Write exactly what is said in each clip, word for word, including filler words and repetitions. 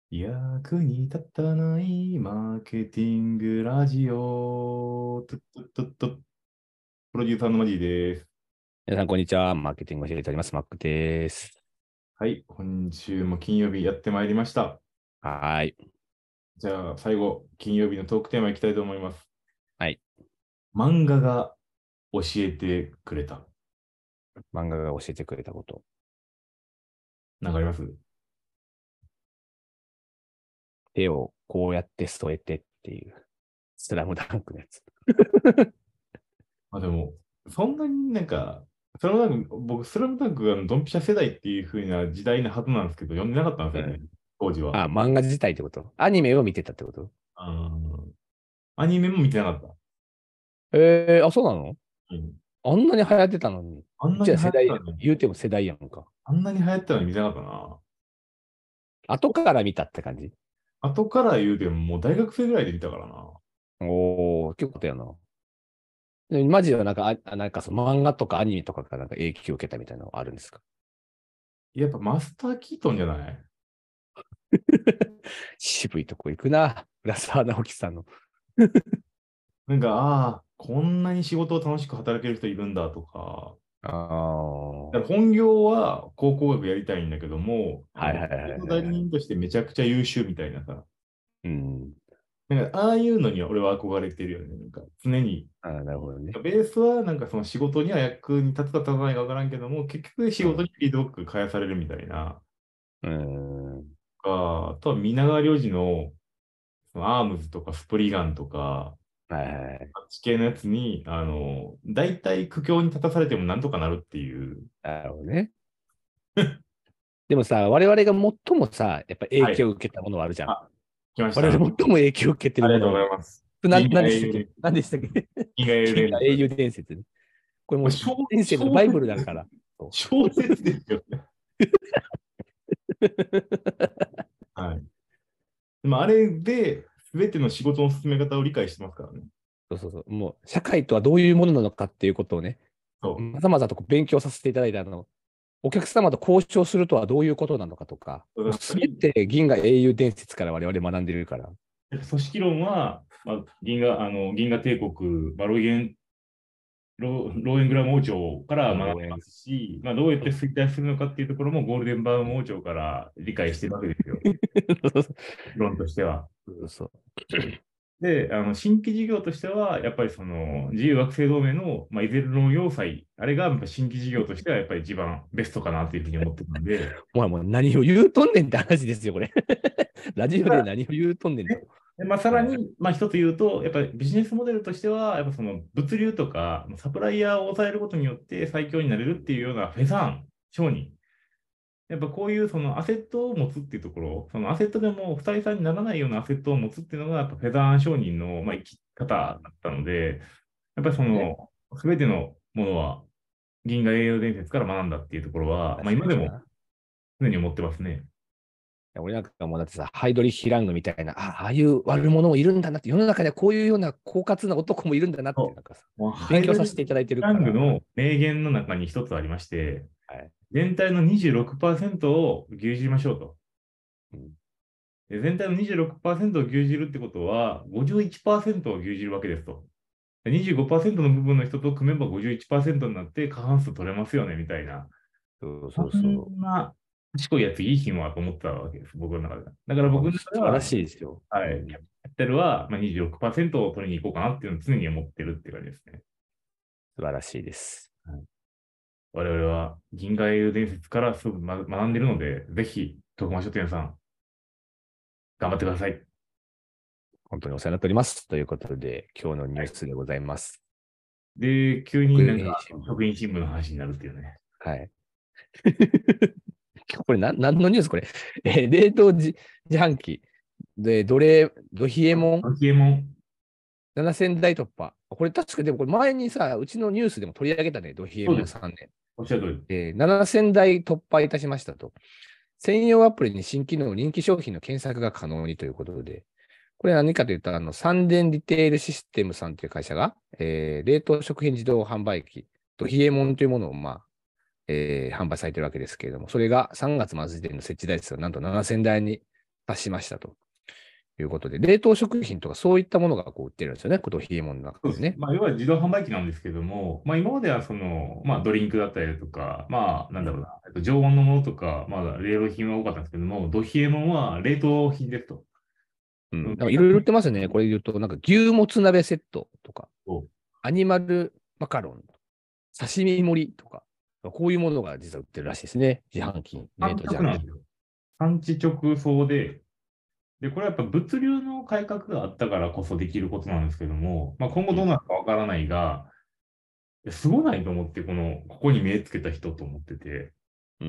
役に立たないマーケティングラジオ。とっとっとっと。プロデューサーのマジーです。 皆さん、こんにちは。マーケティングを教えております。マックです。 はい、今週も金曜日やってまいりました。 はーい。 じゃあ、最後、金曜日のトークテーマいきたいと思います。 はい。 漫画が教えてくれた。 漫画が教えてくれたこと。 なんかあります？ 手をこうやって添えてっていう、スラムダンクのやつ。 あ、でも、そんなになんか、スラムダンク、僕、スラムダンクがドンピシャ世代っていう風な時代のはずなんですけど、読んでなかったんですよね、 うん。 当時は。 あ、漫画自体ってこと？アニメを見てたってこと？ あーアニメも見てなかった。 えー、あ、そうなの？ うん、 あんなに流行ってたのに。うちあんなに流行は世代、 ったのに、 言うても世代やんか。 あんなに流行ったのに見てなかったな。 後から見たって感じ？ 後から言うても、もう大学生ぐらいで見たからな。 おー、結構ことやな。でマジではなんか、あ、なんかその漫画とかアニメとかからなんか影響を受けたみたいなのあるんですか？ やっぱマスター・キートンじゃない？ 渋いとこ行くな。浦沢直樹さんの。 なんか、ああ、こんなに仕事を楽しく働ける人いるんだとか、 ああ。 だから本業は考古学やりたいんだけども、あの、 はいはいはいはいはい。 代理人としてめちゃくちゃ優秀みたいなさ、 うん。 なんか、ああいうのには俺は憧れてるよね。なんか、常に。 ああ、なるほどね。 ベースはなんかその仕事には役に立つか立たないか分からんけども、結局仕うん。 事にフィードバック返されるみたいな。 うん。 か、あとは皆川良次のそのアームズとかスプリガンとか、 はいはいはい。 地形のやつに、あの、大体苦境に立たされてもなんとかなるっていう。 なるほどね。でもさ、我々が最もさ、やっぱ影はい。 響を受けたものはあるじゃん。 あ、来ました。 我々最も影響を受けてるありがとうごもの。 ざいます。 な、 銀河なんでしたっけ？ 英雄伝何でしたっけ？ 銀河英雄伝説。 金河英雄伝説ね。これもうこれ小、 人生のバイブルだ小説、 から。そ小説ですよね。はい。でもあれで、すべての仕事の進め方を理解してますからね。 うそうそうそう。もう、社会とはどういうものなのかっていうことをね、 そまざまざとこう勉強させていただいたあの、お客様と交渉するとはどういうことなのかとか、 う。 もうだからすべて銀河英雄伝説から我々学んでるから。 組織論は、まあ、銀河、あの、銀河帝国、バロイゲン、ローローエングラム王朝からそう、 学んでまローエン。 すし、まあ、どうやって衰退するのかっていうところもゴールデンバーム王朝から理解してるわけですよ。論としては。 そうそう。 で、あの、新規事業としては、やっぱりその、自由惑星同盟の、まあ、いずれの要塞、あれがやっぱ新規事業としてはやっぱり一番ベストかなというふうに思ってるので、 お前もう何を言うとんねんって話ですよ、これ。ラジオで何を言うとんねんと。 ねでまあ、さらはい。 に、まあ、一つ言うと、やっぱりビジネスモデルとしては、やっぱその物流とか、サプライヤーを抑えることによって最強になれるっていうようなフェザーン、商人。やっぱこういうそのアセットを持つっていうところ、そのアセットでも二人さんにならないようなアセットを持つっていうのが、やっぱフェザーン商人の、まあ、生き方だったので、やっぱりそね。 の、すべてのものは銀河英雄伝説から学んだっていうところは、まあ、今でも確かにな。 常に思ってますね。 俺なんかもうだってさ、ハイドリッヒラングみたいな、あ、ああいう悪者もいるんだなって、世の中ではこういうような狡猾な男もいるんだなって、 そなんかさ、 うもうハ勉イドリ強させていただいてるラングから、 の名言の中に一つありまして、 はい。 全体のにじゅうろくパーセントを牛耳りましょうと。 うん、 で全体のにじゅうろくパーセントを牛耳るってことは、ごじゅういちパーセントを牛耳るわけですと。でにじゅうごパーセントの部分の人と組めばごじゅういちパーセントになって過半数取れますよね、みたいな。 そうそそうそんな賢いやついいひんわと思ってたわけです、僕の中で。だかう。 ら僕のもう素晴ら中では、 しいですよ。 はい、キうん、 ャピタルは、まあ、にじゅうろくパーセントを取りに行こうかなっていうのを常に思ってるって感じですね。 素晴らしいです。 はい、我々は銀河英雄伝説からすぐま学んでるので、ぜひ、徳間書店さん、頑張ってください。 本当にお世話になっております。ということで、今日のニュースでございます。 で、急に国なんか、 民新聞。 職員新聞の話になるっていうね。 はい。これな、何のニュースこれ？えー冷凍自自販機で、どれ、ドヒエモンアキエモン、 ななせんだい突破。これ確かでもこれ前にさ、うちのニュースでも取り上げたね、ドヒエモンそうです。 さんねん。 おっしゃる通りです。 えーななせんだい突破いたしましたと。専用アプリに新機能、人気商品の検索が可能にということで、これ何かというと、あの、三電リテールシステムさんという会社が、えー冷凍食品自動販売機、ドヒエモンというものを、まあ、えー販売されているわけですけれども、それがさんがつ末時点の設置台数がなんとななせんだいに出しましたということで、冷凍食品とかそういったものがこう売ってるんですよね、コーヒーものの中でね。 まあ、要は自動販売機なんですけども、まあ、今まではその、まあ、ドリンクだったりとか、まあ、なんだろうな、えっと常温のものとか、まあ、冷凍品は多かったんですけども、ド冷えもんは冷凍品ですと。 うん。 うん、 なんかいろいろ売ってますね。これ言うと、なんか牛もつ鍋セットとか、アニマルマカロン、刺身盛りとか、こういうものが実は売ってるらしいですね。自販機、冷産凍自販機。 直なんですよ。産地直送で、で、これはやっぱ物流の改革があったからこそできることなんですけども、まあ、今後どうなるかわからないが、いやすごないと思って、この、ここに目つけた人と思ってて、 うん。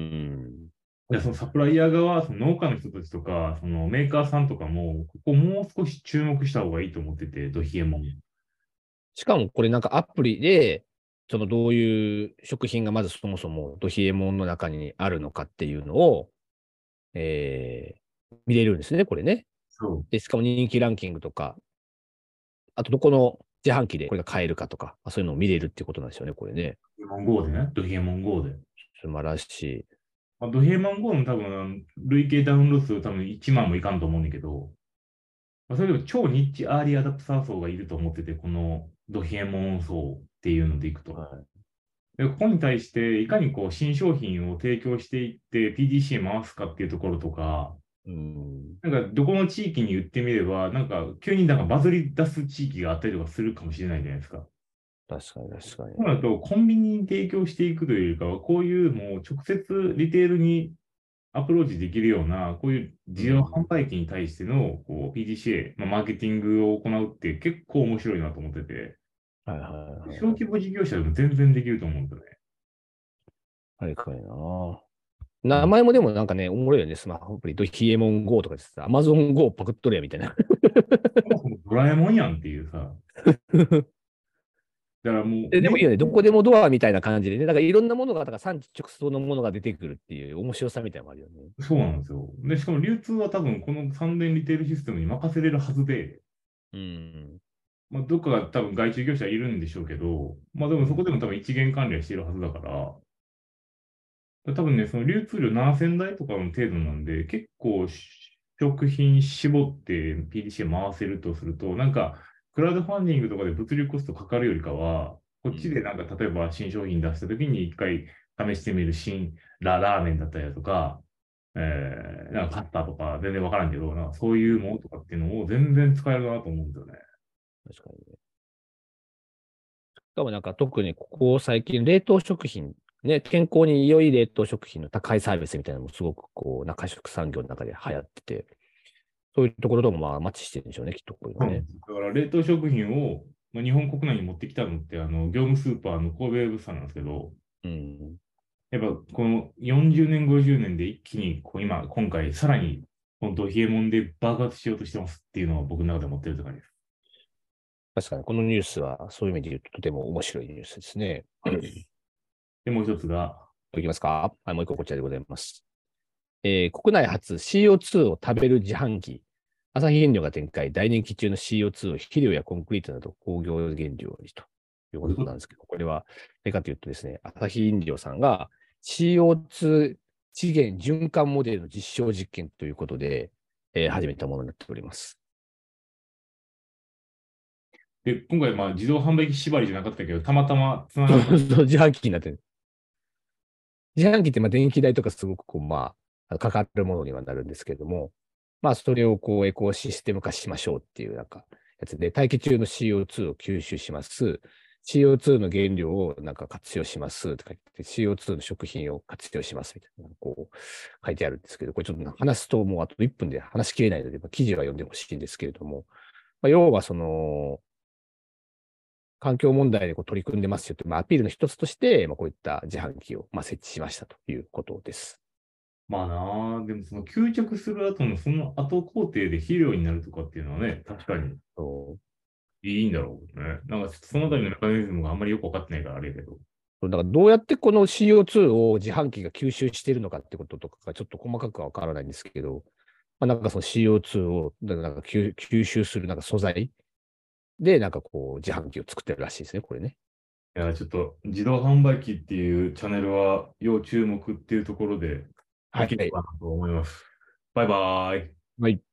いや、そのサプライヤー側、その農家の人たちとか、そのメーカーさんとかも、ここもう少し注目した方がいいと思ってて、ドヒエモン。 しかもこれなんかアプリで、そのどういう食品がまずそもそもドヒエモンの中にあるのかっていうのを、えー見れるんですね、これね。 そう。 で、しかも人気ランキングとか、あとどこの自販機でこれが買えるかとか、まあそういうのを見れるっていうことなんですよね、これね。 ドヒエモン ゴー でね、ドヒエモン ゴー で。 素晴らしい。 まあ、ドヒエモン ゴー の多分、累計ダウンロード数多分いちまんもいかんと思うんだけど、まあ、それでも超ニッチアーリーアダプター層がいると思ってて、このドヒエモン層っていうのでいくと。 はで、ここに対して、いかにこう新商品を提供していって ピーディーシー 回すかっていうところとか、 い。うん。 なんかどこの地域に言ってみれば、なんか急になんかバズり出す地域があったりとかするかもしれないじゃないですか。 確かに確かに。 そうなると、コンビニに提供していくというよりかは、こういうもう直接リテールにアプローチできるような、こういう自動販うん。 売機に対してのこう ピーディーシー、まあ、マーケティングを行うって結構面白いなと思ってて、 はいはいはいはい。 小規模事業者でも全然できると思うんですよね。 はいはいな。 うん。 名前もでもなんかね、おもろいよね、スマホアプリ。ドヒエモン ゴー とかでさ、アマゾン ゴー パクっとるやみたいな。 そもそもドラえもんやんっていうさ、だからもう、 ででもいいよね、ど年こでもドアみたいな感じでね、だからいろんなものが、だから産地直送のものが出てくるっていう面白さみたいなのもあるよね。 そうなんですよ。で、しかも流通は多分このさん連リテールシステムに任せれるはずで、 うん。 まあ、どっかが多分外注業者いるんでしょうけど、まあでもそこでも多分一元管理はしているはずだから、多分ね、その流通量ななせんだいとかの程度なんで、結構食品絞って ピーディーシー 回せるとすると、なんか、クラウドファンディングとかで物流コストかかるよりかは、こっちでなんか例えば新商品出した時に一回試してみる新ラ、ラーメンだったりだとか、えー、なんかパスタとか全然わからんけど、なんかそういうものとかっていうのを全然使えるなと思うんですよね。 確かにね。しかもなんか特にここ最近、冷凍食品、ね、健康に良い冷凍食品の高いサービスみたいなのもすごくこう、中食産業の中で流行ってて、そういうところともまあマッチしてるんでしょうね、きっとこういうのね。 うん。だから冷凍食品を、まあ、日本国内に持ってきたのって、あの、業務スーパーの神戸物産なんですけど、 うん。 やっぱこのよんじゅうねん、ごじゅうねんで一気にこう今、今回さらに本当、冷えもんで爆発しようとしてますっていうのは僕の中で持ってるとかです。 確かにこのニュースはそういう意味で言うととても面白いニュースですね。 はい。で、もう一つが、 いきますか。はい、もう一個こちらでございます。えー国内初 シーオーツー を食べる自販機。アサヒ原料が展開、大人気中の シーオーツー を肥料やコンクリートなど工業原料にというここういうこととなんですけど、これは何かというとですね、アサヒ飲料さんが シーオーツー 資源循環モデルの実証実験ということで、えー始めたものになっております。 で、今回まあ自動販売機縛りじゃなかったけど、たまたまつながった。 そうそう、自販機になってる。自販機ってまあ電気代とかすごくこう、まあ、かかるものにはなるんですけれども、まあ、それをこうエコシステム化しましょうっていうなんかやつで、大気中の シーオーツー を吸収します。シーオーツー の原料をなんか活用しますとか言って、シーオーツー の食品を活用しますみたいな、こう書いてあるんですけど、これちょっと話すともうあといっぷんで話しきれないので、まあ、記事は読んでほしいんですけれども、まあ、要はその、環境問題でこう取り組んでますよという、まあ、アピールの一つとして、まあ、こういった自販機をまあ設置しましたということです。 まあなあ、でもその吸着する後のその後工程で肥料になるとかっていうのはね、確かにそいいんだろうね。なんかそのあたりのメカニズムがあんまりよくわかってないからあれやけど。 うだからどうやってこの シーオーツー を自販機が吸収しているのかってこととかがちょっと細かくはわからないんですけど、まあ、なんかその シーオーツー をなんか吸吸収するなんか素材でなんかこう自販機を作ってるらしいですね、これね。 いや、ちょっと自動販売機っていうチャンネルは要注目っていうところで、まあ、 はい。 結構かなと思います。バイバーイ。 はい。